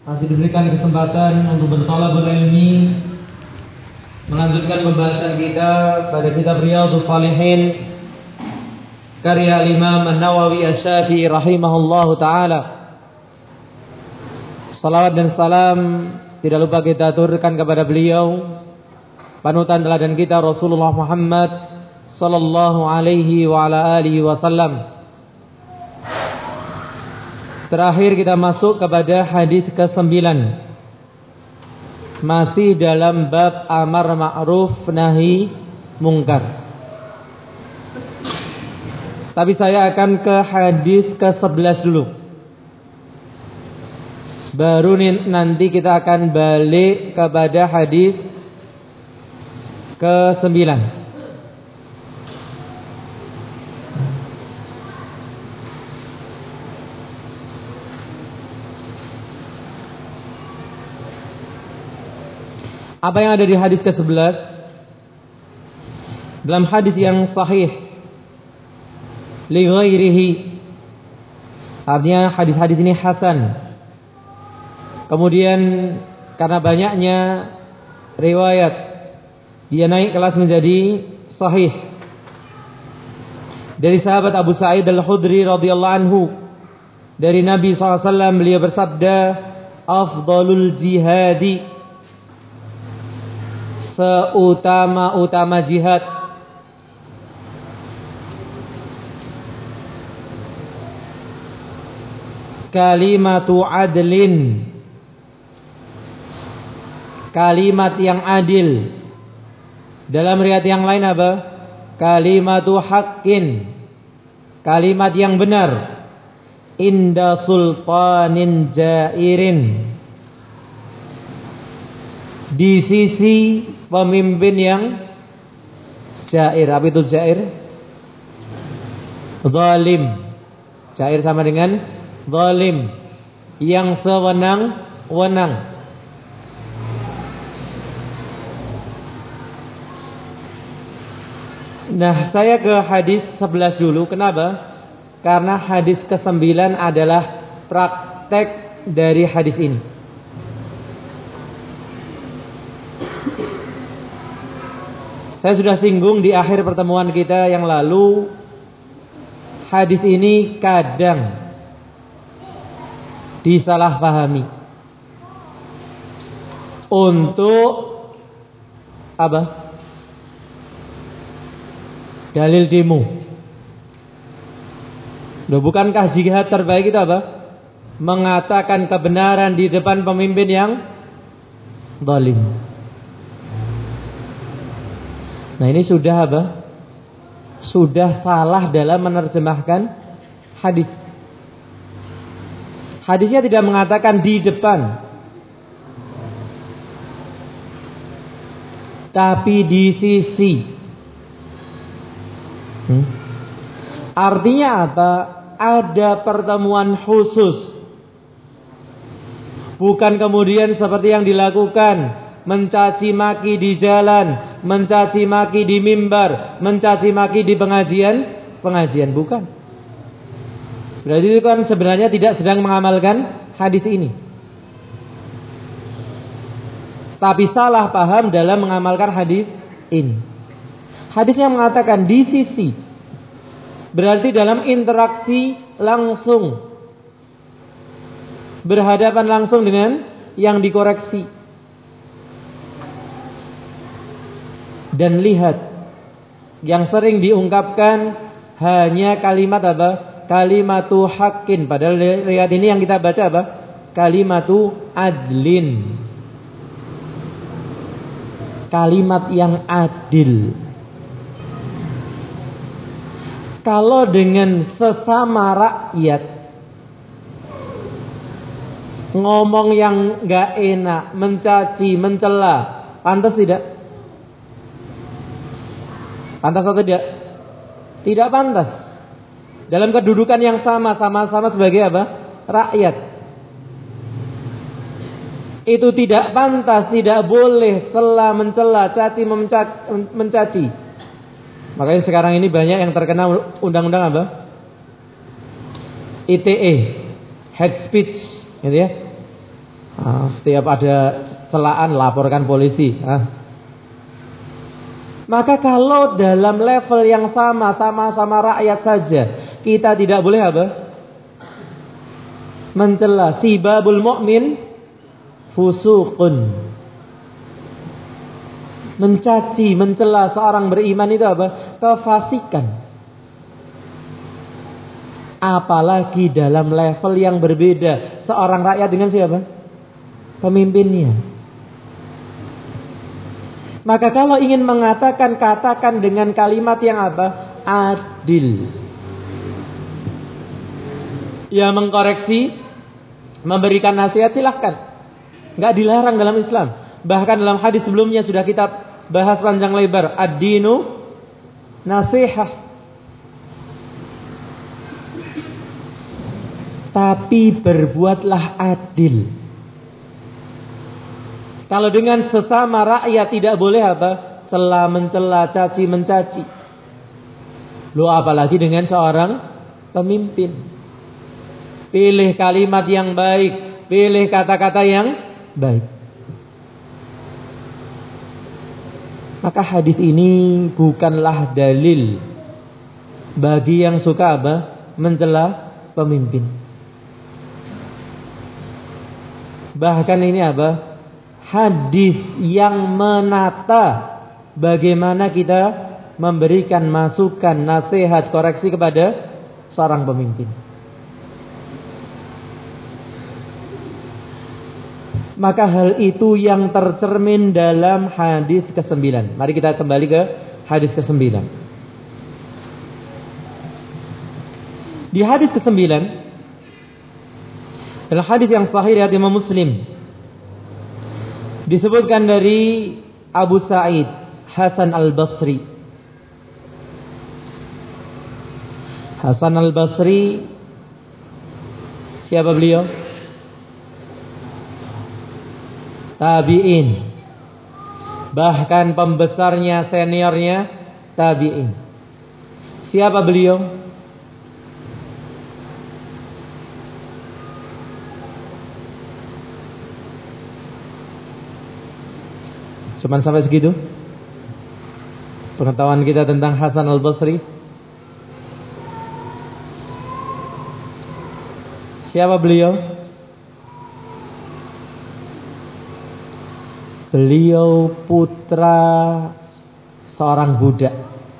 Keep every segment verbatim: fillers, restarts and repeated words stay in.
masih diberikan kesempatan untuk berthalabul ilmi, melanjutkan pembahasan kita pada kitab Riyadhus Shalihin karya Imam An-Nawawi Asy-Syafi'i rahimahullahu taala. Salawat dan salam tidak lupa kita aturkan kepada beliau, panutan teladan kita Rasulullah Muhammad sallallahu alaihi wa ala alihi wasallam. Terakhir kita masuk kepada hadis kesembilan, masih dalam bab amar ma'ruf nahi mungkar. Tapi saya akan ke hadis ke sebelas dulu. Baru nanti kita akan balik kepada hadis ke sembilan. Apa yang ada di hadis ke sebelas? Dalam hadis yang sahih li ghairihi, artinya hadis-hadis ini hasan. Kemudian karena banyaknya riwayat, dia naik kelas menjadi sahih. Dari sahabat Abu Sa'id Al-Khudri radhiyallahu anhu, dari Nabi shallallahu alaihi wasallam, beliau bersabda, afdalul jihadi, seutama-utama jihad, kalimatu adlin, kalimat yang adil. Dalam riwayat yang lain apa? Kalimatu haqqin, kalimat yang benar. Inda sultanin jairin, di sisi pemimpin yang jair. Apa itu jair? Zalim. Jair sama dengan zalim, yang sewenang-wenang. Nah, saya ke hadis sebelas dulu. Kenapa? Karena hadis kesembilan adalah praktek dari hadis ini. Saya sudah singgung di akhir pertemuan kita yang lalu, hadis ini kadang disalahpahami untuk apa? Dalil demo. Loh, bukankah jihad terbaik itu apa? Mengatakan kebenaran di depan pemimpin yang zalim. Nah, ini sudah apa? Sudah salah dalam menerjemahkan hadis. Hadisnya tidak mengatakan di depan, tapi di sisi. Hmm? Artinya apa? Ada pertemuan khusus. Bukan kemudian seperti yang dilakukan, mencaci maki di jalan, mencaci maki di mimbar, mencaci maki di pengajian, pengajian bukan. Berarti itu kan sebenarnya tidak sedang mengamalkan hadis ini, tapi salah paham dalam mengamalkan hadis ini. Hadisnya mengatakan di sisi, berarti dalam interaksi langsung, berhadapan langsung dengan yang dikoreksi. Dan lihat, yang sering diungkapkan hanya kalimat apa? Kalimatu haqqin. Padahal riwayat ini yang kita baca apa? Kalimatu adlin, kalimat yang adil. Kalau dengan sesama rakyat ngomong yang gak enak, mencaci, mencela, pantas tidak? Pantas atau tidak? Tidak pantas. Dalam kedudukan yang sama, sama-sama sebagai apa? Rakyat. Itu tidak pantas, tidak boleh cela, mencela, caci, mencaci. Makanya sekarang ini banyak yang terkena undang-undang apa? I T E, hate speech, gitu ya. Setiap ada celaan laporkan polisi. Maka kalau dalam level yang sama, sama-sama rakyat saja, kita tidak boleh apa? Mencela. Sibabul mu'min fusuqun. Mencaci, mencela seorang beriman itu apa? Kefasikan. Apalagi dalam level yang berbeda. Seorang rakyat dengan siapa? Pemimpinnya. Maka kalau ingin mengatakan, katakan dengan kalimat yang apa? Adil. Ya, mengkoreksi, memberikan nasihat, silahkan. Enggak dilarang dalam Islam. Bahkan dalam hadis sebelumnya sudah kita bahas panjang lebar. Ad-dinu nasihah. Tapi berbuatlah adil. Kalau dengan sesama rakyat tidak boleh apa? Cela mencela, caci mencaci. Lu apalagi dengan seorang pemimpin. Pilih kalimat yang baik, pilih kata-kata yang baik. Maka hadis ini bukanlah dalil bagi yang suka apa? Mencela pemimpin. Bahkan ini apa? Hadis yang menata bagaimana kita memberikan masukan, nasihat, koreksi kepada seorang pemimpin. Maka hal itu yang tercermin dalam hadis kesembilan. Mari kita kembali ke hadis kesembilan. Di hadis kesembilan, dalam hadis yang sahih riwayat Imam Muslim, disebutkan dari Abu Sa'id Hasan Al-Basri. Hasan Al-Basri, siapa beliau? Tabi'in. Bahkan pembesarnya, seniornya tabi'in. Siapa beliau? Cuman sampai segitu pengetahuan kita tentang Hasan Al-Basri. Siapa beliau? Beliau putra seorang budak.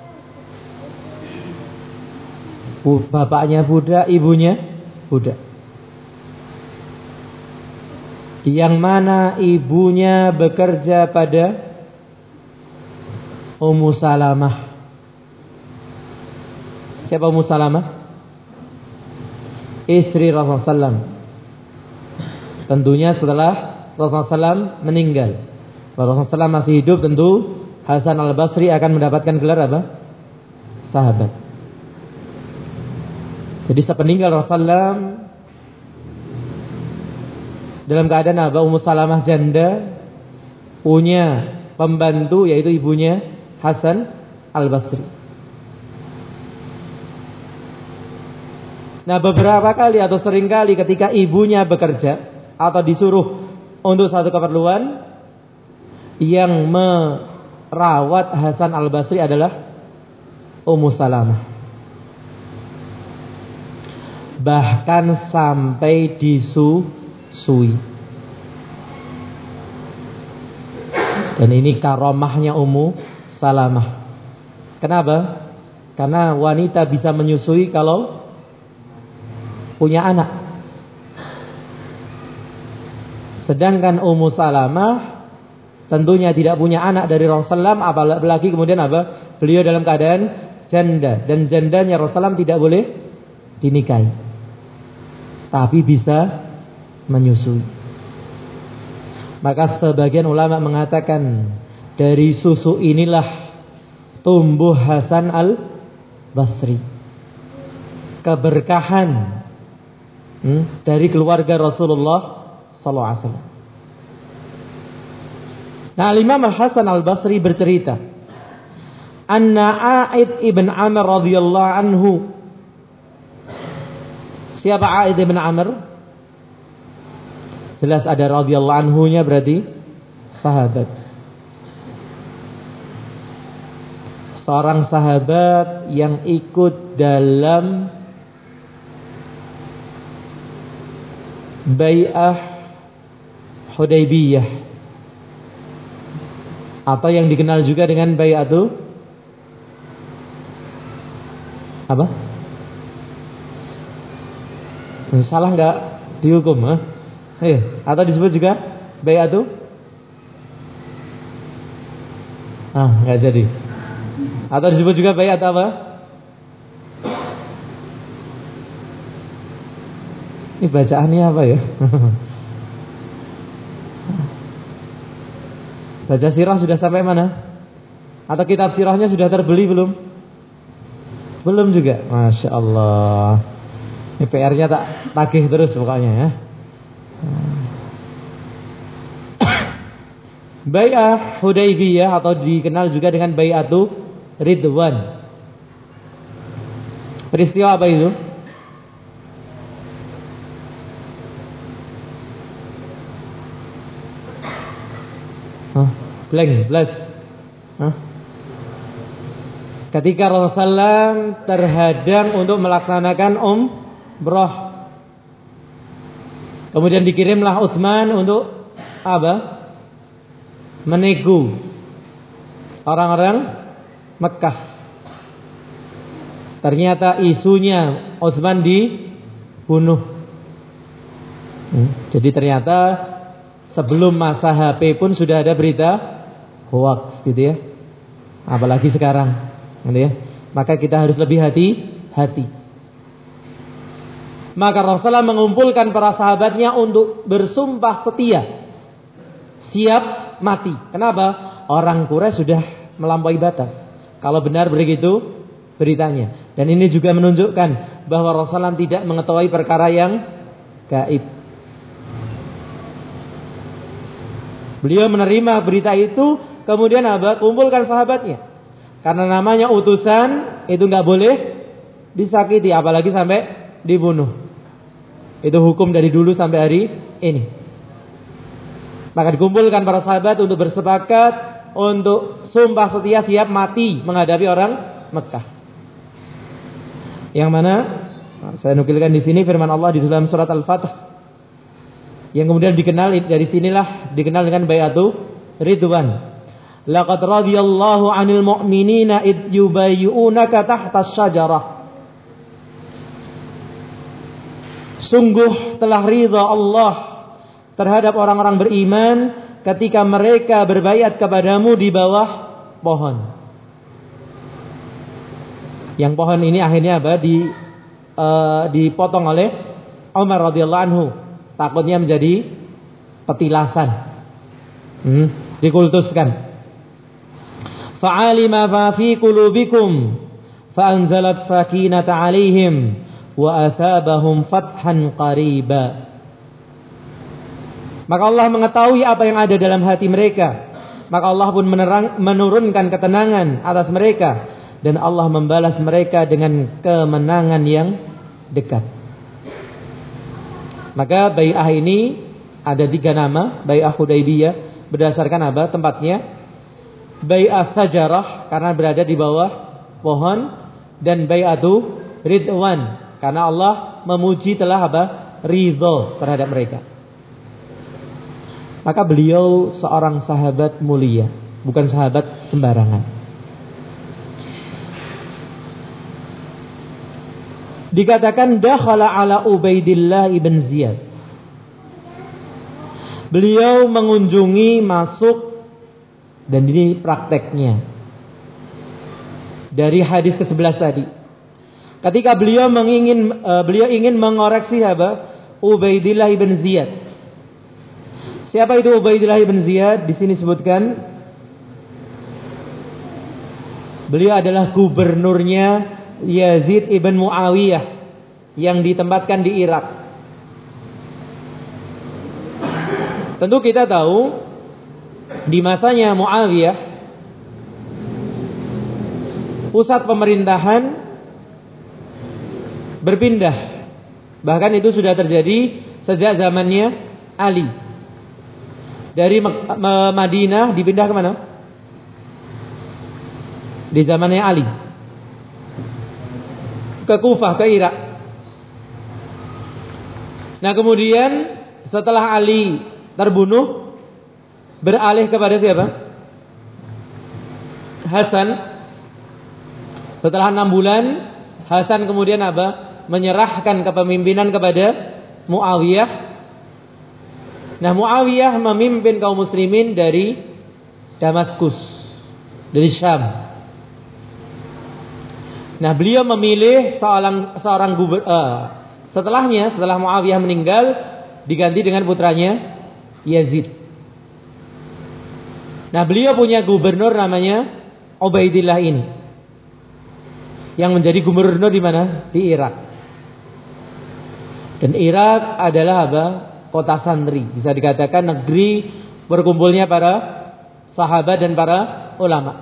Bapaknya budak, ibunya budak. Yang mana ibunya bekerja pada Ummu Salamah. Siapa Ummu Salamah? Istri Rasulullah sallallahu alaihi wasallam. Tentunya setelah Rasulullah sallallahu alaihi wasallam meninggal. Rasulullah sallallahu alaihi wasallam masih hidup, tentu Hasan Al-Basri akan mendapatkan gelar apa? Sahabat. Jadi sepeninggal Rasulullah sallallahu alaihi wasallam, dalam keadaan apa? Ummu Salamah janda, punya pembantu yaitu ibunya Hasan Al-Basri. Nah, beberapa kali atau sering kali ketika ibunya bekerja atau disuruh untuk satu keperluan, yang merawat Hasan Al-Basri adalah Ummu Salamah. Bahkan sampai disusui. Dan ini karomahnya Ummu Salamah. Kenapa? Karena wanita bisa menyusui kalau punya anak. Sedangkan Ummu Salamah tentunya tidak punya anak dari Rasulullah, apalagi kemudian apa? Beliau dalam keadaan janda, dan jandanya Rasulullah tidak boleh dinikahi, tapi bisa menyusui. Maka sebagian ulama mengatakan dari susu inilah tumbuh Hasan Al-Basri. Keberkahan hmm, dari keluarga Rasulullah sallallahu alaihi wasallam. Nah, Imam Al-Hasan Al-Basri bercerita, anna A'id ibn Amr radhiyallahu anhu. Siapa A'id ibn Amr? Jelas ada radhiyallahu anhu-nya, berarti sahabat. Seorang sahabat yang ikut dalam Bai'ah Hudaybiyah, atau yang dikenal juga dengan Bai'atu apa? Salah nggak dihukum? Huh? Eh, atau disebut juga Bai'atu? Ah, nggak jadi. Atau disebut juga Bai'at apa? Ini bacaannya apa ya? Baca sirah sudah sampai mana? Atau kitab sirahnya sudah terbeli belum? Belum juga. Masya Allah. Ini P R-nya tak tagih terus pokoknya ya. Bai'ah Hudaybiyah atau dikenal juga dengan Bai'atu Ridwan. Peristiwa apa itu? Hah? Blank, blast. Hah? Ketika Rasulullah terhadang untuk melaksanakan umrah, kemudian dikirimlah Utsman untuk apa? Menego orang-orang Mekah. Ternyata isunya Utsman dibunuh. Hmm. Jadi ternyata sebelum masa H P pun sudah ada berita hoax gitu ya. Apalagi sekarang, gitu ya. Maka kita harus lebih hati-hati. Maka Rasulullah mengumpulkan para sahabatnya untuk bersumpah setia, siap mati. Kenapa? Orang Quraisy sudah melampaui batas. Kalau benar begitu beritanya. Dan ini juga menunjukkan bahwa Rasulullah tidak mengetahui perkara yang gaib. Beliau menerima berita itu, kemudian apa? Kumpulkan sahabatnya. Karena namanya utusan, itu nggak boleh disakiti, apalagi sampai dibunuh. Itu hukum dari dulu sampai hari ini. Maka dikumpulkan para sahabat untuk bersepakat untuk sumpah setia siap mati menghadapi orang Mekah. Yang mana saya nukilkan di sini firman Allah di dalam surat Al-Fath, yang kemudian dikenal dari sinilah dikenal dengan Bai'atu Ridwan. Laqad radiyallahu 'anil mu'minina id yubayyi'unaka tahta asy-syajarah. Sungguh telah ridha Allah terhadap orang-orang beriman ketika mereka berbaiat kepadamu di bawah pohon. Yang pohon ini akhirnya apa? Di, uh, dipotong oleh Umar radhiyallahu anhu. Takutnya menjadi petilasan. Hmm, dikultuskan. Fa'alima ma fi qulubikum fa'anzalat sakinata 'alaihim wa athabahum fathan qariba. Maka Allah mengetahui apa yang ada dalam hati mereka. Maka Allah pun menerang, menurunkan ketenangan atas mereka. Dan Allah membalas mereka dengan kemenangan yang dekat. Maka Bai'ah ini ada tiga nama. Bai'ah Hudaybiyah berdasarkan apa? Tempatnya. Bai'ah Sajarah karena berada di bawah pohon. Dan Bai'atu Ridwan karena Allah memuji telah apa? Ridho terhadap mereka. Maka beliau seorang sahabat mulia, bukan sahabat sembarangan. Dikatakan dakhala ala Ubaidillah ibn Ziyad. Beliau mengunjungi, masuk, dan ini prakteknya dari hadis kesebelas tadi. Ketika beliau mengingin, uh, beliau ingin mengoreksi apa? Ubaidillah ibn Ziyad. Siapa itu Ubaidillah ibn Ziyad? Di sini sebutkan beliau adalah gubernurnya Yazid ibn Muawiyah yang ditempatkan di Irak. Tentu kita tahu di masanya Muawiyah pusat pemerintahan berpindah. Bahkan itu sudah terjadi sejak zamannya Ali. Dari Madinah dipindah ke mana? Di zamannya Ali. Ke Kufah, ke Irak. Nah kemudian setelah Ali terbunuh, beralih kepada siapa? Hasan. Setelah enam bulan, Hasan kemudian apa? Menyerahkan kepemimpinan kepada Muawiyah. Nah Muawiyah memimpin kaum muslimin dari Damaskus, dari Syam. Nah beliau memilih seorang seorang gubernur. Uh, setelahnya, setelah Muawiyah meninggal, diganti dengan putranya Yazid. Nah beliau punya gubernur namanya Ubaidillah ini, yang menjadi gubernur di mana? Di Irak. Dan Irak adalah apa? Kota santri. Bisa dikatakan negeri berkumpulnya para sahabat dan para ulama.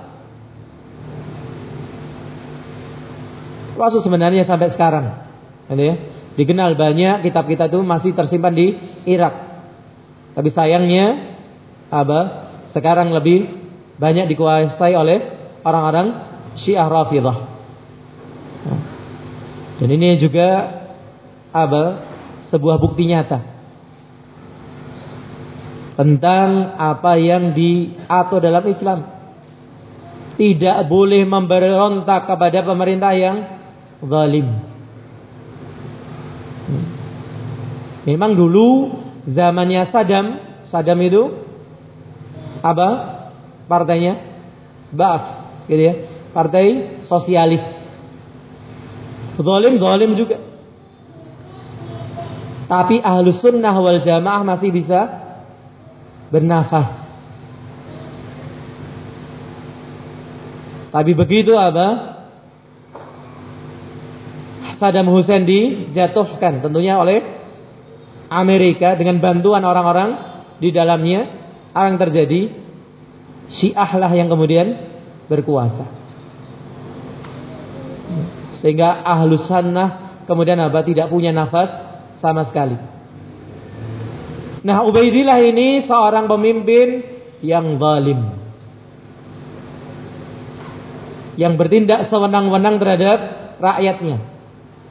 Termasuk sebenarnya sampai sekarang, ya, dikenal banyak kitab-kitab itu masih tersimpan di Irak. Tapi sayangnya apa? Sekarang lebih banyak dikuasai oleh orang-orang Syiah Rafidhah. Dan ini juga apa? Sebuah bukti nyata tentang apa yang diatur dalam Islam. Tidak boleh memberontak kepada pemerintah yang zalim. Memang dulu zamannya Saddam, Saddam itu apa? Partainya Ba'ath, gitu ya. Partai sosialis. Zalim, zalim juga. Tapi Ahlus Sunnah wal Jamaah masih bisa bernafas. Tapi begitu apa? Saddam Hussein dijatuhkan tentunya oleh Amerika dengan bantuan orang-orang di dalamnya, apa yang terjadi? Syiah lah yang kemudian berkuasa. Sehingga Ahlus Sunnah kemudian apa? Tidak punya nafas sama sekali. Nah, Ubaidillah ini seorang pemimpin yang zalim, yang bertindak sewenang-wenang terhadap rakyatnya.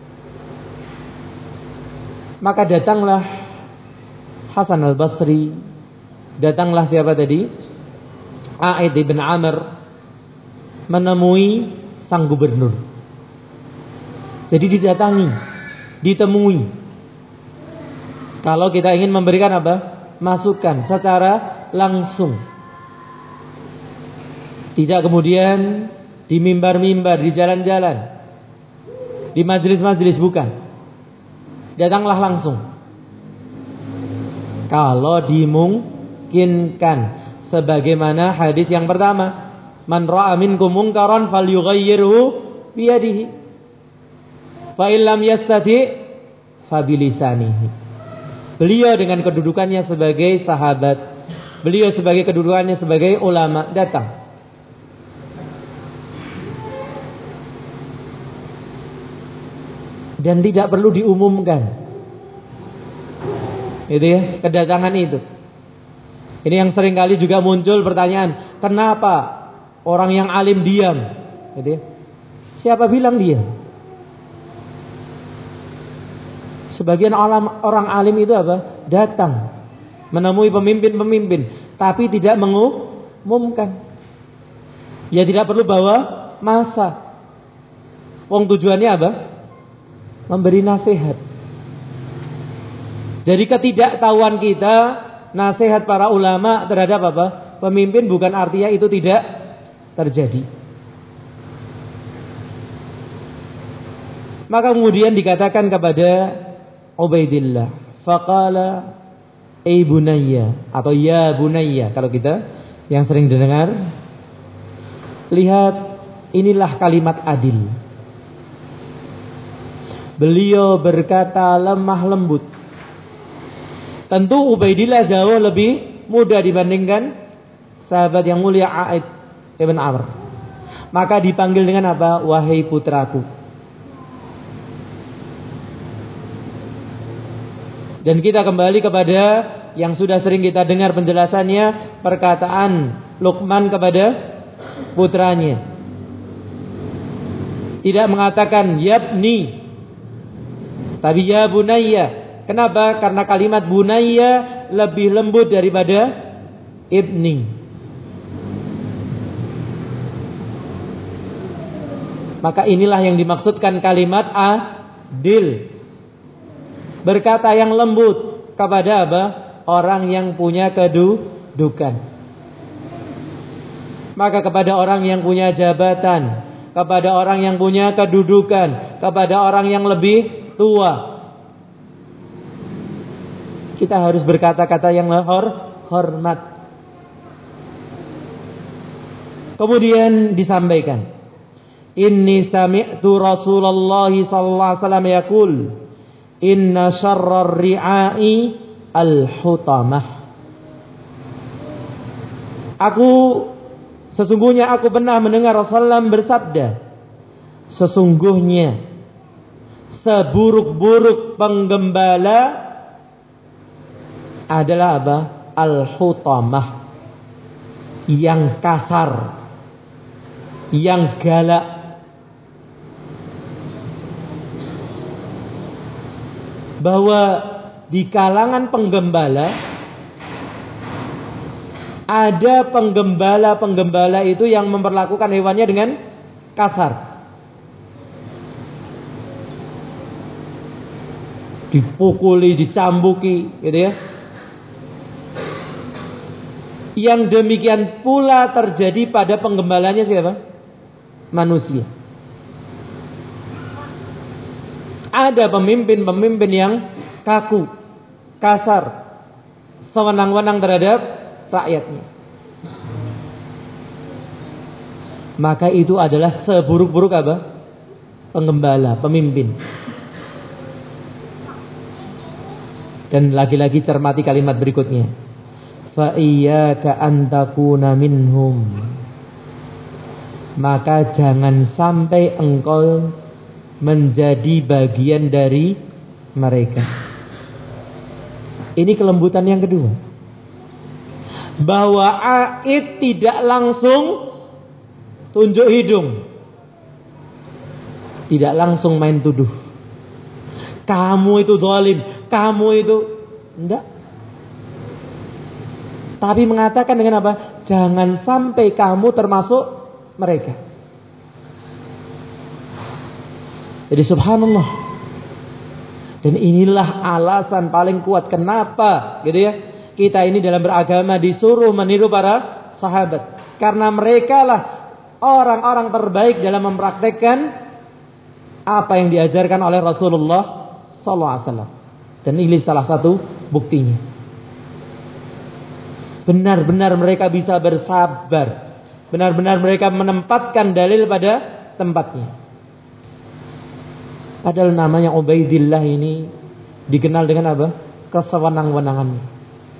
Maka datanglah Hasan al-Basri, datanglah siapa tadi? A'id bin Amr, menemui sang gubernur. Jadi didatangi, ditemui. Kalau kita ingin memberikan apa? Masukan secara langsung. Tidak kemudian di mimbar-mimbar, di jalan-jalan, di majelis-majelis, bukan. Datanglah langsung. Kalau dimungkinkan, sebagaimana hadis yang pertama, man ra'a minkum munkaran falyughayyirhu biyadihi, fa illam yastati fa bilisanihi. Beliau dengan kedudukannya sebagai sahabat, beliau sebagai kedudukannya sebagai ulama, datang. Dan tidak perlu diumumkan, itu ya, kedatangan itu. Ini yang seringkali juga muncul pertanyaan, kenapa orang yang alim diam? Gitu ya. Siapa bilang diam? Sebagian orang, orang alim itu apa? Datang menemui pemimpin-pemimpin, tapi tidak mengumumkan. Ya tidak perlu bawa masa. Wong tujuannya apa? Memberi nasihat. Jadi ketidaktahuan kita, nasihat para ulama terhadap apa? Pemimpin bukan artinya itu tidak terjadi. Maka kemudian dikatakan kepada Ubaidillah, faqala ay bunayya, atau ya bunayya kalau kita yang sering dengar. Lihat, inilah kalimat adil. Beliau berkata lemah lembut. Tentu Ubaidillah jauh lebih muda dibandingkan sahabat yang mulia A'id bin Amr. Maka dipanggil dengan apa? Wahai putraku. Dan kita kembali kepada yang sudah sering kita dengar penjelasannya, perkataan Luqman kepada putranya. Tidak mengatakan yabni, tapi ya bunayya. Kenapa? Karena kalimat bunayya lebih lembut daripada ibni. Maka inilah yang dimaksudkan kalimat adil. Berkata yang lembut kepada apa? Orang yang punya kedudukan. Maka kepada orang yang punya jabatan, kepada orang yang punya kedudukan, kepada orang yang lebih tua, kita harus berkata-kata yang hor, hormat. Kemudian disampaikan, Inni sami'tu Rasulullah sallallahu alaihi wasallam yaqul, Inna syarrar ri'ai al-hutamah. Aku Sesungguhnya aku pernah mendengar Rasulullah bersabda, sesungguhnya seburuk-buruk penggembala adalah apa? Al-hutamah, yang kasar, yang galak. Bahwa di kalangan penggembala ada penggembala-penggembala itu yang memperlakukan hewannya dengan kasar. Dipukuli, dicambuki, gitu ya. Yang demikian pula terjadi pada penggembalanya siapa? Manusia. Ada pemimpin-pemimpin yang kaku, kasar, sewenang-wenang terhadap rakyatnya. Maka itu adalah seburuk-buruk apa? Penggembala, pemimpin. Dan lagi-lagi cermati kalimat berikutnya. Fa iyyaka an takuna minhum. Maka jangan sampai engkau menjadi bagian dari mereka. Ini kelembutan yang kedua. Bahwa Aid tidak langsung tunjuk hidung, tidak langsung main tuduh. Kamu itu zalim, kamu itu enggak. Tapi mengatakan dengan apa? Jangan sampai kamu termasuk mereka. Jadi subhanallah. Dan inilah alasan paling kuat kenapa gitu ya, kita ini dalam beragama disuruh meniru para sahabat. Karena mereka lah orang-orang terbaik dalam mempraktekkan apa yang diajarkan oleh Rasulullah sallallahu alaihi wasallam. Dan ini salah satu buktinya. Benar-benar mereka bisa bersabar. Benar-benar mereka menempatkan dalil pada tempatnya. Padahal namanya Ubaidillah ini dikenal dengan apa? Kesewenang-wenangannya.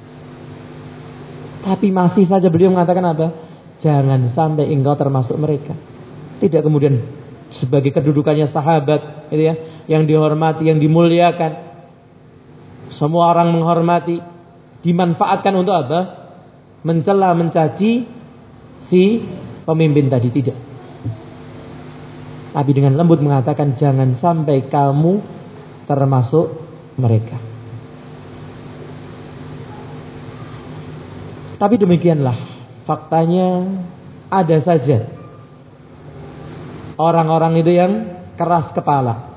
Tapi masih saja beliau mengatakan apa? Jangan sampai engkau termasuk mereka. Tidak kemudian sebagai kedudukannya sahabat, gitu ya, yang dihormati, yang dimuliakan, semua orang menghormati, dimanfaatkan untuk apa? Mencela, mencaci si pemimpin tadi. Tidak. Tapi dengan lembut mengatakan jangan sampai kamu termasuk mereka. Tapi demikianlah faktanya, ada saja orang-orang itu yang keras kepala,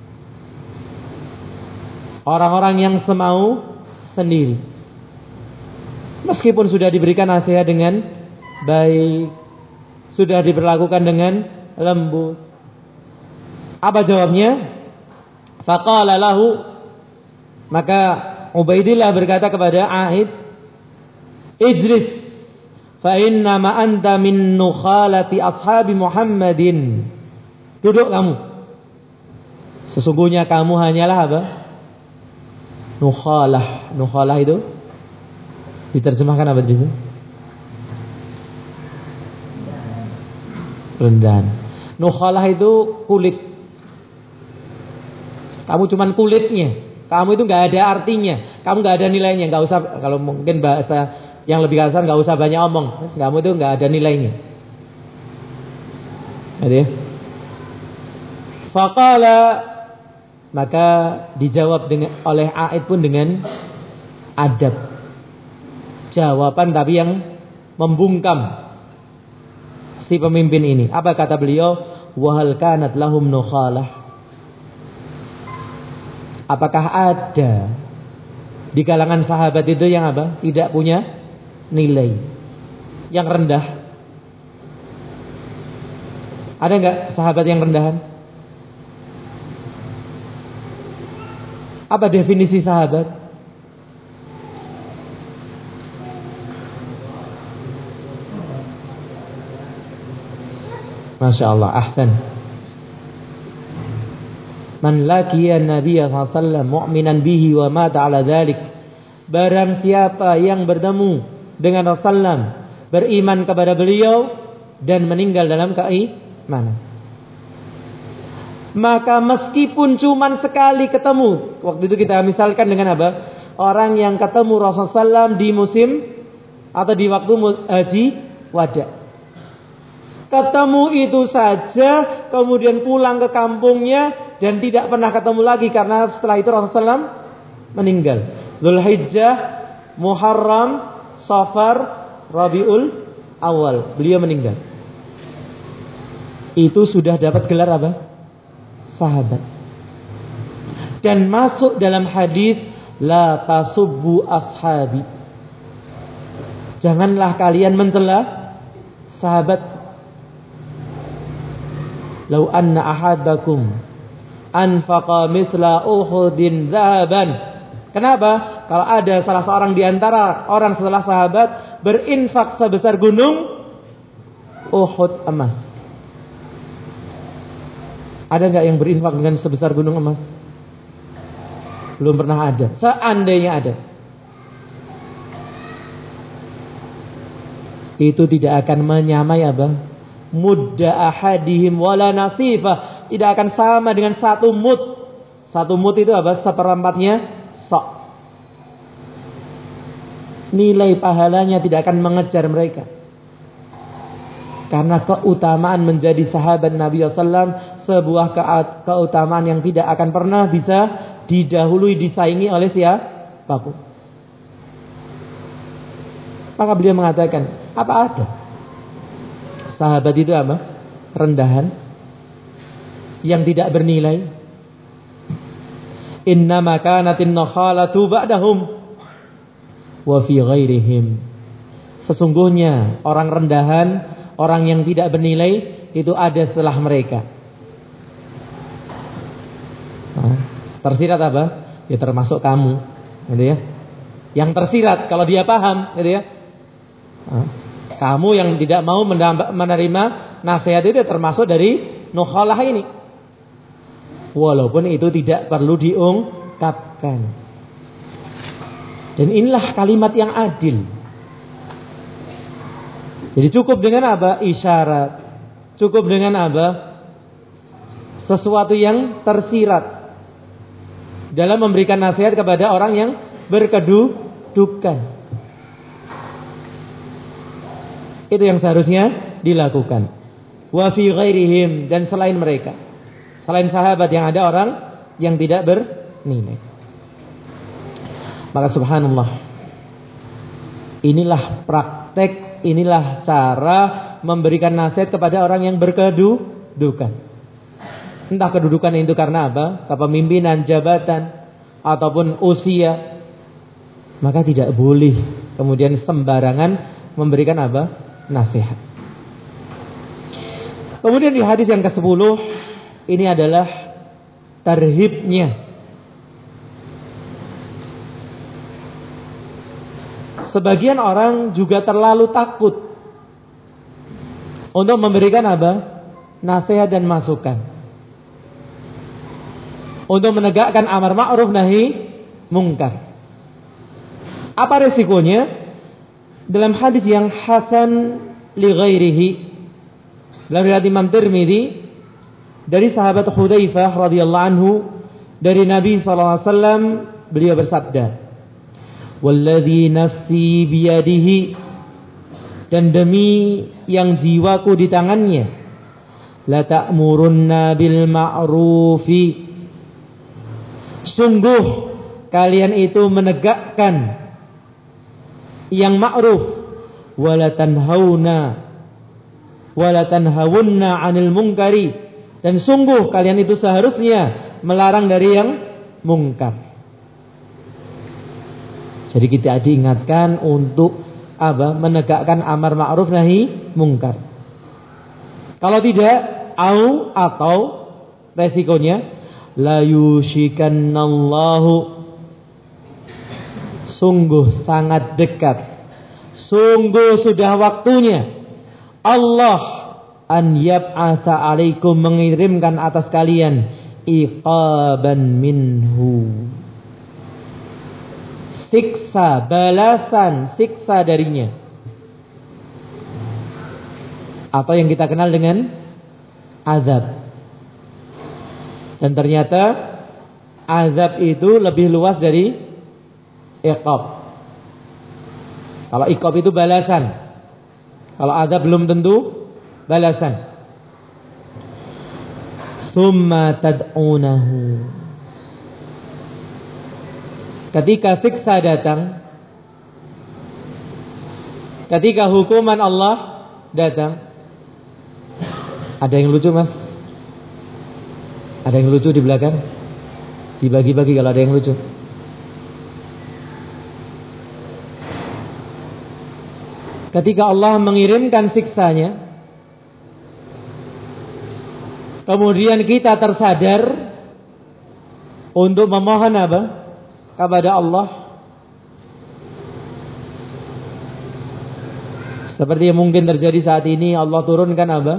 orang-orang yang semau sendiri. Meskipun sudah diberikan nasihat dengan baik, sudah diperlakukan dengan lembut. Apa jawabnya? Faqala lahu, maka Ubaidillah berkata kepada Aid, Ijlis fa inna ma anta min nukhalati ashabi Muhammadin. Duduk kamu. Sesungguhnya kamu hanyalah apa? Nukhalah. Nukhalah itu diterjemahkan apa di sini? Rendahan. Nukhalah itu kulit. Kamu cuman kulitnya. Kamu itu nggak ada artinya, kamu nggak ada nilainya, nggak usah. Kalau mungkin bahasa yang lebih kasar, nggak usah banyak omong. Kamu itu nggak ada nilainya. Gitu ya. Faqala, maka dijawab dengan oleh Aid pun dengan adab. Jawaban tapi yang membungkam si pemimpin ini. Apa kata beliau? Wahal kanat lahum nukhalah. Apakah ada di kalangan sahabat itu yang apa? Tidak punya nilai, yang rendah? Ada enggak sahabat yang rendahan? Apa definisi sahabat? Masya Allah, ahsan. Man laqiya Nabiya sallallahu alaihi wasallam mu'minan bihi wa mata ala dzalik. Barang siapa yang bertemu dengan Rasulullah, beriman kepada beliau dan meninggal dalam keimanan, maka meskipun cuman sekali ketemu, waktu itu kita misalkan dengan apa? Orang yang ketemu Rasulullah sallallahu alaihi wasallam di musim atau di waktu haji wada. Ketemu itu saja, kemudian pulang ke kampungnya dan tidak pernah ketemu lagi karena setelah itu Rasulullah sallallahu alaihi wasallam meninggal. Dzulhijjah, Muharram, Safar, Rabiul Awal, beliau meninggal. Itu sudah dapat gelar apa? Sahabat. Dan masuk dalam hadis la tasubbu ashabi. Janganlah kalian mencela sahabat. Lau anna ahadakum anfaqa mithla Uhudin dzahaban. Kenapa? Kalau ada salah seorang di antara orang setelah sahabat berinfak sebesar gunung Uhud emas. Ada enggak yang berinfak dengan sebesar gunung emas? Belum pernah ada. Seandainya ada, itu tidak akan menyamai apa? Mudda ahadihim wala nasifah. Tidak akan sama dengan satu mud. Satu mud itu apa? Seperempatnya sok. Nilai pahalanya tidak akan mengejar mereka. Karena keutamaan menjadi sahabat Nabi sallallahu alaihi wasallam sebuah ke- keutamaan yang tidak akan pernah bisa didahului, disaingi oleh siapapun. Maka beliau mengatakan, apa ada sahabat itu apa? Rendahan yang tidak bernilai. Innama kanatin nakhalatu ba'dahum wa fi ghairihim. Sesungguhnya orang rendahan, orang yang tidak bernilai itu ada setelah mereka. Nah, tersirat apa? Ya termasuk kamu, gitu ya. Yang tersirat kalau dia paham, gitu ya. Nah, kamu yang tidak mau menerima nasihat itu termasuk dari nukhalah ini. Walaupun itu tidak perlu diungkapkan. Dan inilah kalimat yang adil. Jadi cukup dengan apa? Isyarat. Cukup dengan apa? Sesuatu yang tersirat dalam memberikan nasihat kepada orang yang berkedudukan. Itu yang seharusnya dilakukan. Wa fi ghairihim, dan selain mereka, selain sahabat yang ada orang yang tidak bernilai. Maka subhanallah, inilah praktek, inilah cara memberikan nasihat kepada orang yang berkedudukan. Entah kedudukan itu karena apa? Kepemimpinan, jabatan, ataupun usia. Maka tidak boleh kemudian sembarangan memberikan apa? Nasihat. Kemudian di hadis yang kesepuluh, ini adalah tarhibnya. Sebagian orang juga terlalu takut untuk memberikan apa? Nasihat dan masukan. Untuk menegakkan amar ma'ruf nahi mungkar. Apa resikonya? Dalam hadis yang hasan li ghairihi, dalam riwayat Imam Tirmidzi dari sahabat Hudzaifah radhiyallahu anhu, Dari Nabi sallallahu alaihi wasallam, beliau bersabda, "Walladzi nafsi biyadihi," dan demi yang jiwaku di tangannya, "la ta'murunna bil ma'rufi," sungguh kalian itu menegakkan yang ma'ruf, wala tanhauna wala tanhawunna 'anil munkari, dan sungguh kalian itu seharusnya melarang dari yang mungkar. Jadi kita diingatkan untuk apa? Menegakkan amar ma'ruf nahi mungkar. Kalau tidak, au atau resikonya la yushikannallahu, sungguh sangat dekat, sungguh sudah waktunya Allah an yab'atsa 'alaikum, mengirimkan atas kalian iqaban minhu, siksa, balasan, siksa darinya, atau yang kita kenal dengan azab. Dan ternyata azab itu lebih luas dari iqab. Kalau iqab itu balasan, kalau azab belum tentu balasan. Summa tad'unahu, ketika siksa datang, ketika hukuman Allah datang. Ada yang lucu, Mas? Ada yang lucu di belakang? Dibagi-bagi kalau ada yang lucu. Ketika Allah mengirimkan siksanya, kemudian kita tersadar untuk memohon apa? Kepada Allah. Seperti yang mungkin terjadi saat ini, Allah turunkan apa?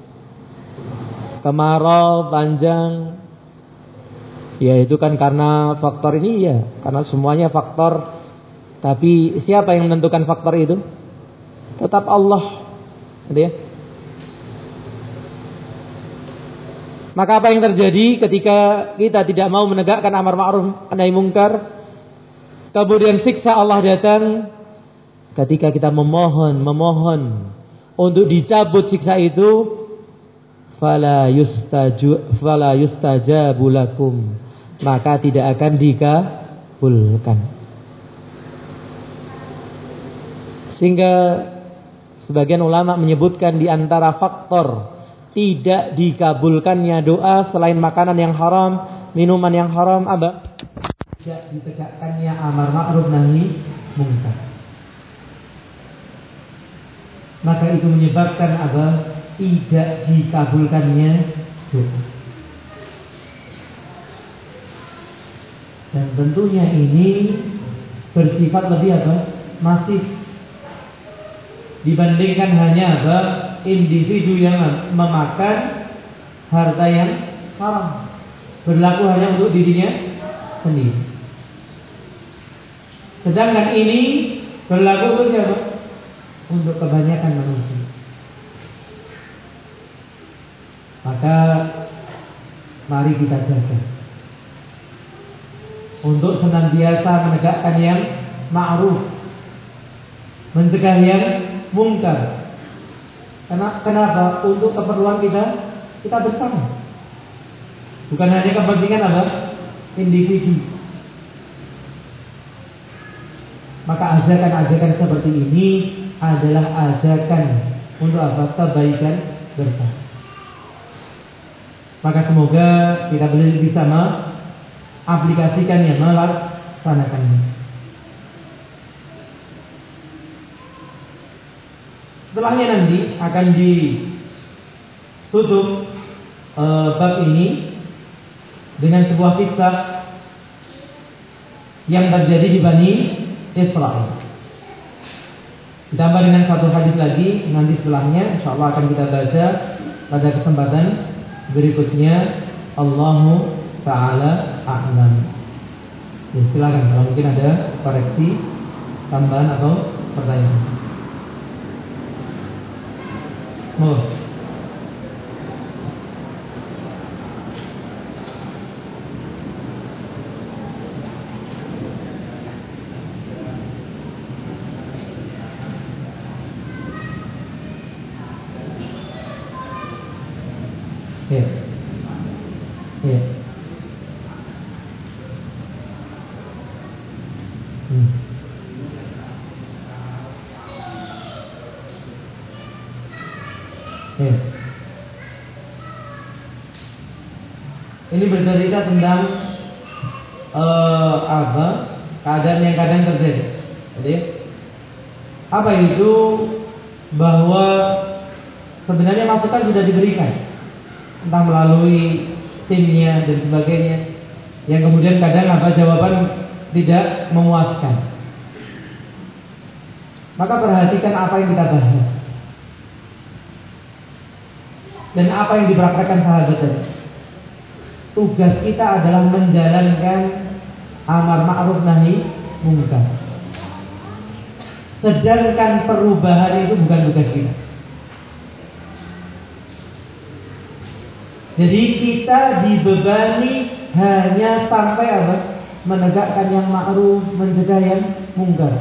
Kemarau panjang. Ya itu kan karena faktor ini, ya karena semuanya faktor. Tapi siapa yang menentukan faktor itu? Tetap Allah, gitu ya. Maka apa yang terjadi ketika kita tidak mau menegakkan amar ma'ruf nahi mungkar, kemudian siksa Allah datang? Ketika kita memohon, memohon untuk dicabut siksa itu, fala yustaju fala yustajabu lakum, maka tidak akan dikabulkan. Sehingga sebagian ulama menyebutkan di antara faktor tidak dikabulkannya doa selain makanan yang haram, minuman yang haram, apa? Tidak ditegakkannya amar ma'ruf nahi mungkar. Maka itu menyebabkan apa? Tidak dikabulkannya doa. Dan tentunya ini bersifat lebih apa? Masif dibandingkan hanya apa? Individu yang memakan harta yang haram. Berlaku hanya untuk dirinya sendiri. Sedangkan ini berlaku untuk siapa? Untuk kebanyakan manusia. Maka mari kita jaga untuk senantiasa menegakkan yang ma'ruf, mencegah yang mungkar. Karena kenapa? Untuk keperluan kita kita bersama. Bukan hanya kepentingan apa? Individu. Maka ajakan-ajakan seperti ini adalah ajakan untuk apa? Kebaikan bersama. Maka semoga kita bisa mengaplikasikannya, melaksanakannya. Setelahnya nanti akan ditutup e, bab ini dengan sebuah kisah yang terjadi di Bani Israel. Ditambah dengan satu hadis lagi nanti setelahnya, insyaallah akan kita baca pada kesempatan berikutnya. Allahu ta'ala a'lam. Ya, silakan kalau mungkin ada koreksi, tambahan atau pertanyaan. Oh. Ya. Ya. Hmm. Ya. Ini bercerita tentang uh, apa keadaan yang kadang terjadi. Jadi apa itu, bahwa sebenarnya masukan sudah diberikan, entah melalui timnya dan sebagainya, yang kemudian kadang apa jawaban tidak memuaskan. Maka perhatikan apa yang kita bahas dan apa yang dipraktekkan sahabat tadi. Tugas kita adalah menjalankan amar ma'ruf nahi munkar. Sedangkan perubahan itu bukan tugas kita. Jadi kita dibebani hanya sampai apa? Menegakkan yang ma'ruf, mencegah yang munkar.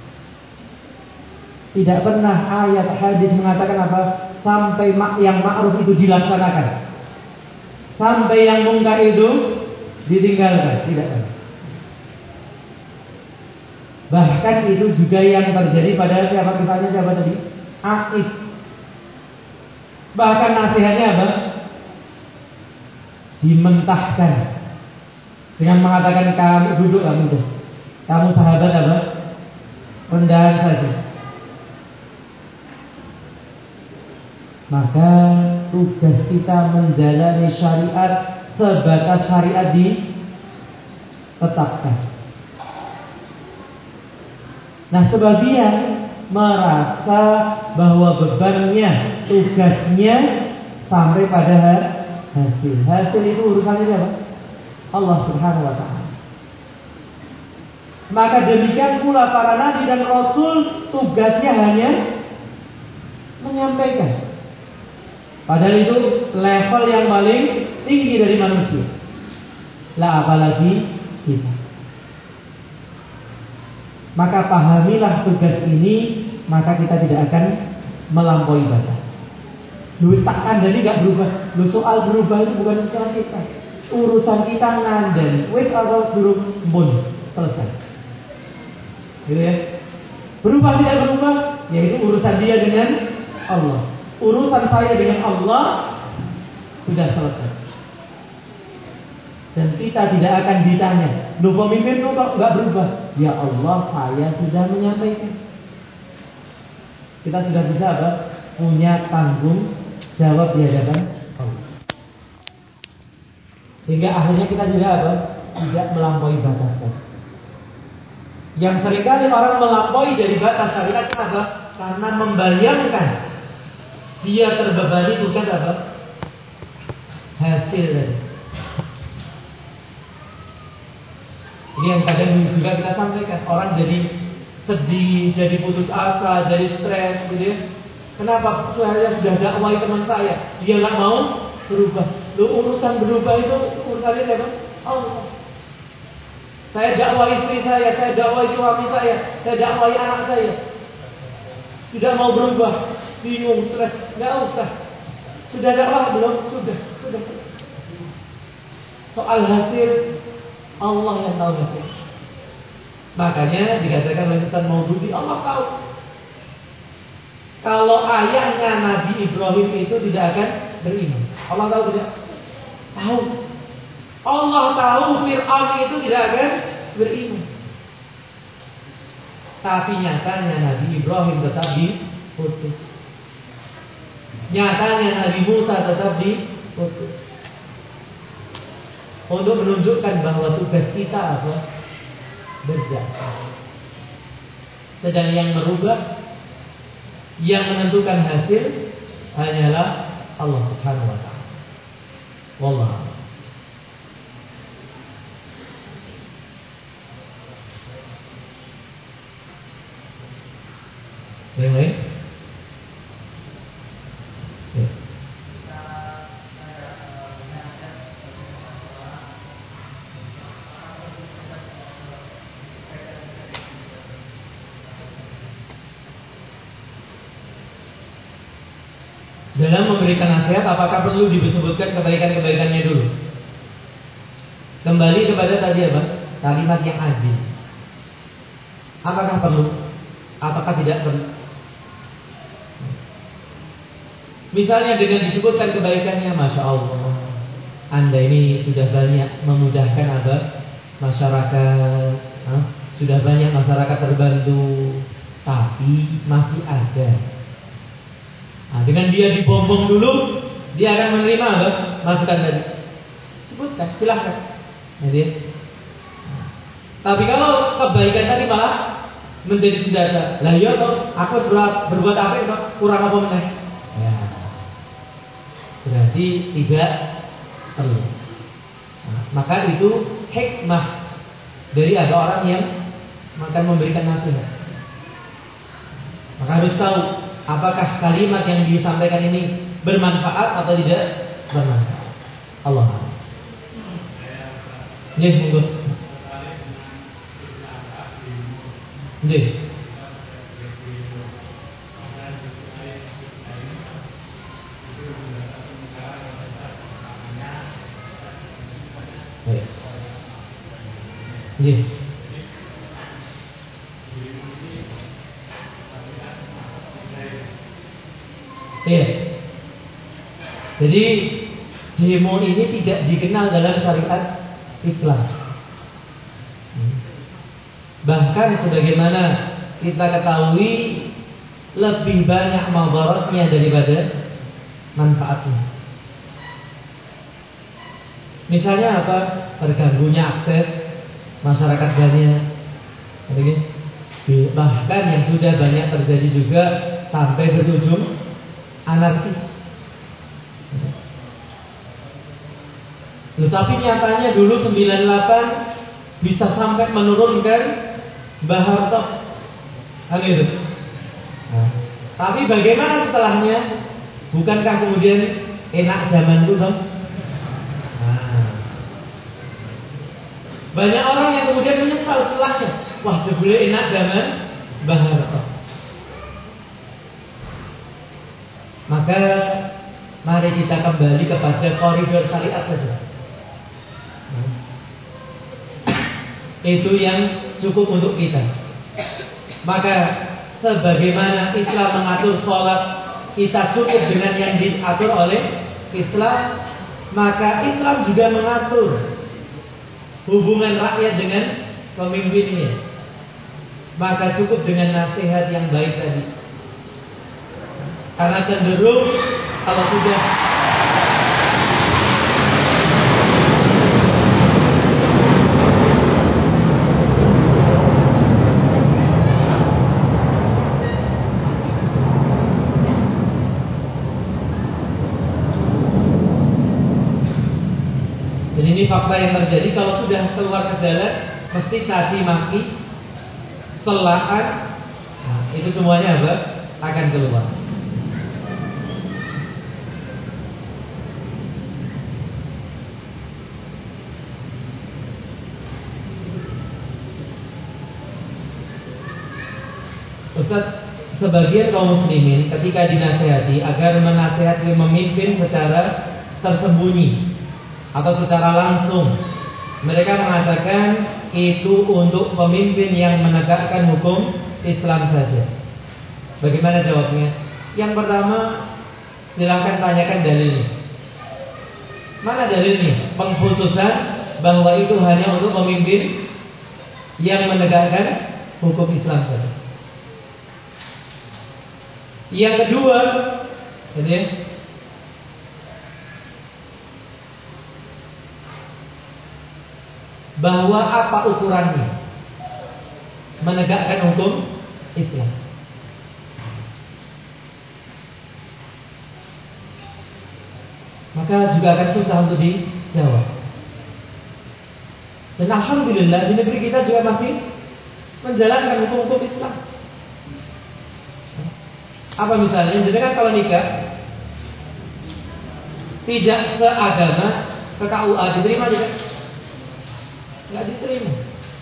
Tidak pernah ayat hadis mengatakan apa? Sampai yang ma'ruf itu dilaksanakan, sampai yang munkar itu ditinggalkan. Tidak pernah. Bahkan itu juga yang terjadi pada siapa, misalnya siapa tadi? Aif. Bahkan nasihatnya apa? Dimentahkan dengan mengatakan, kamu duduk, kamu duduk, kamu sahabat apa? Rendahan saja. Maka tugas kita menjalani syariat sebatas syariat ditetapkan. Nah, sebagian merasa bahwa bebannya, tugasnya sampai pada hasil. Hasil itu urusannya apa? Allah Subhanahu wa ta'ala. Maka demikian pula para nabi dan rasul, tugasnya hanya menyampaikan. Padahal itu level yang paling tinggi dari manusia. Lah apalagi kita. Maka pahamilah tugas ini, maka kita tidak akan melampaui batas. Lu takkan jadi gak berubah. Lu soal berubah itu bukan urusan kita. Urusan kita ngandani. Wait atau belum pun selesai. Gitu ya. Berubah tidak berubah, yaitu urusan dia dengan Allah. Urusan saya dengan Allah sudah selesai. Dan kita tidak akan ditanya, lu pemimpin lu kok gak berubah? Ya Allah, saya sudah menyampaikan. Kita sudah bisa apa? Punya tanggung jawab di hadapan Allah. Sehingga akhirnya kita juga apa? Tidak melampaui batas. Yang seringkali orang melampaui dari batas syariat apa? Karena membayangkan dia terbebani tugas apa? Hasil dari. Ini yang kadang juga kita sampaikan. Orang jadi sedih, jadi putus asa, jadi stres, gitu ya. Kenapa? Saya sudah dakwai teman saya, dia nggak mau berubah. Lu urusan berubah itu urusannya apa? Allah. Saya dakwai istri saya, saya dakwai suami saya, saya dakwai anak saya, tidak mau berubah, bingung, stres, nggak usah. Sudah dakwah belum? Sudah, sudah. Soal hasil, Allah yang tahu hasil. Makanya dikatakan oleh Ustaz Maududi, Allah tahu. Kalau ayahnya Nabi Ibrahim itu tidak akan beriman, Allah tahu tidak? Tahu. Allah tahu Fir'aun itu tidak akan beriman. Tapi nyatanya Nabi Ibrahim tetap diputus. Nyatanya Nabi Musa tetap diputus. Untuk menunjukkan bahwa tugas kita apa? Berdakwah. Sedang yang merubah, yang menentukan hasil hanyalah Allah Subhanahu wa ta'ala. Wallahu a'lam. Yang lain? Ya. dalam memberikan nasihat, apakah perlu disebutkan kebaikan-kebaikannya dulu? Kembali kepada tadi apa? Kalimat yang adil. Apakah perlu? Apakah tidak perlu? Misalnya dengan disebutkan kebaikannya, Masya Allah, Anda ini sudah banyak memudahkan apa? Masyarakat, huh? Sudah banyak masyarakat terbantu, tapi masih ada. Nah, dengan dia dibombong dulu, dia akan menerima apa? Masukan tadi. Sebutkan, silahkan. Jadi, nah. Tapi kalau kebaikan tadi malah menjadi senjata, lah ya toh, aku berbuat, berbuat apa itu kurang apa meneh? Ya. Berarti tidak perlu. Nah, maka itu hikmah dari ada orang yang akan memberikan nasihat. Maka harus tahu apakah kalimat yang disampaikan ini bermanfaat atau tidak bermanfaat. Allah. Nggih, monggo. Nggih. Nggih. Iya. Jadi demo ini tidak dikenal dalam syariat Islam. Bahkan sebagaimana kita ketahui, lebih banyak madaratnya daripada manfaatnya. Misalnya apa? Terganggunya akses masyarakat banyak. Bahkan yang sudah banyak terjadi juga sampai berujung anarkis. Tetapi nyatanya dulu sembilan puluh delapan bisa sampai menurunkan Mbah Harto. Kan itu. Nah, tapi bagaimana setelahnya? Bukankah kemudian enak zaman itu dong? Nah, banyak orang yang kemudian menyesal setelahnya. Wah, jebule enak zaman Mbah Harto. Maka mari kita kembali kepada koridor syariat saja. Itu yang cukup untuk kita. Maka sebagaimana Islam mengatur sholat, kita cukup dengan yang diatur oleh Islam. Maka Islam juga mengatur hubungan rakyat dengan pemimpinnya. Maka cukup dengan nasihat yang baik tadi. Karena cenderung kalau sudah jadi ini fakta yang terjadi, kalau sudah keluar ke jalan mesti caci maki, celaan, nah, itu semuanya apa? Akan keluar. Ustaz, sebagian kaum muslimin ketika dinasihati agar menasihati memimpin secara tersembunyi atau secara langsung, mereka mengatakan itu untuk pemimpin yang menegakkan hukum Islam saja. Bagaimana jawabnya? Yang pertama, silakan tanyakan dalilnya. Mana dalilnya? Pengkhususan bahwa itu hanya untuk pemimpin yang menegakkan hukum Islam saja. Yang kedua, jadi bahwa apa ukurannya menegakkan hukum Islam. Maka juga akan susah untuk dijawab. Dan alhamdulillah di negeri kita juga masih menjalankan hukum-hukum Islam. Apa misalnya? Jadi kan kalau nikah tidak seagama ke K U A diterima tidak? Nggak diterima.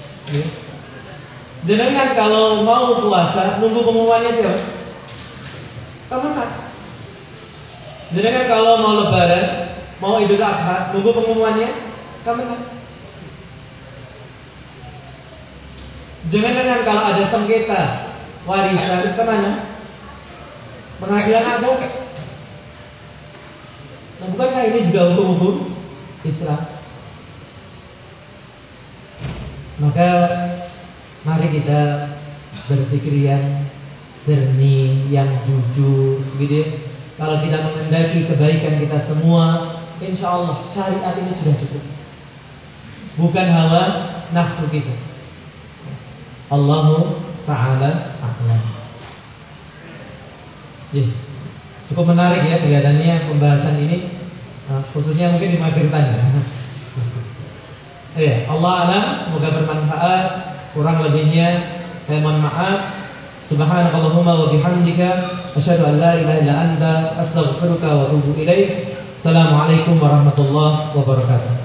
Jadi kan kalau mau puasa nunggu pengumumannya siapa? Kemenang. Jenengan kalau mau lebaran, mau Idul Adha, tunggu pengumumannya, kemana? Jangan-jangan kalau ada sengketa warisan kemana? Pengadilan agung. Nah, bukankah ini juga hukum-hukum Islam? Maka mari kita berpikir yang jernih, yang jujur, gitu ya. Kalau kita menghendaki kebaikan kita semua, insya Allah syariat ini sudah cukup. Bukan hawa nafsu kita. Allahu Ta'ala a'lam. Ya, cukup menarik ya kelihatannya pembahasan ini, khususnya mungkin di maghriban tanya. Ya, Allah alam, semoga bermanfaat. Kurang lebihnya saya mohon maaf. Subhanakallahumma wa bihamdika asyhadu an la ilaha illa anta astaghfiruka wa atubu ilaik. Assalamualaikum warahmatullahi wabarakatuh.